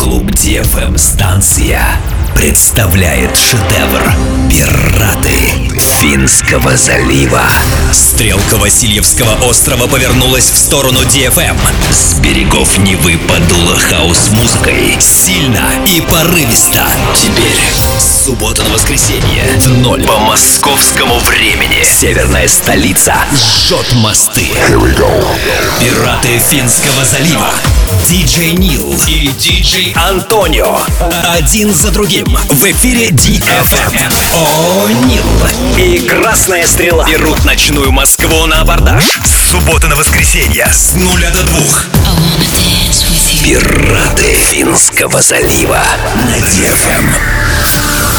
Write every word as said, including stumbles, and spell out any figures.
Клуб ди эф эм станция представляет шедевр «Пираты Финского залива». Стрелка Васильевского острова повернулась в сторону ди эф эм. С берегов Невы подуло хаос-музыкой. Сильно и порывисто. Теперь с субботы на воскресенье в ноль по московскому времени северная столица жжет мосты. «Пираты Финского залива». диджей Нил и диджей Антонио. Один за другим в эфире ди эф эм. О, Нил и Красная Стрела берут ночную Москву на абордаж. С субботы на воскресенье с нуля до двух. «Пираты Финского залива» на ди эф эм.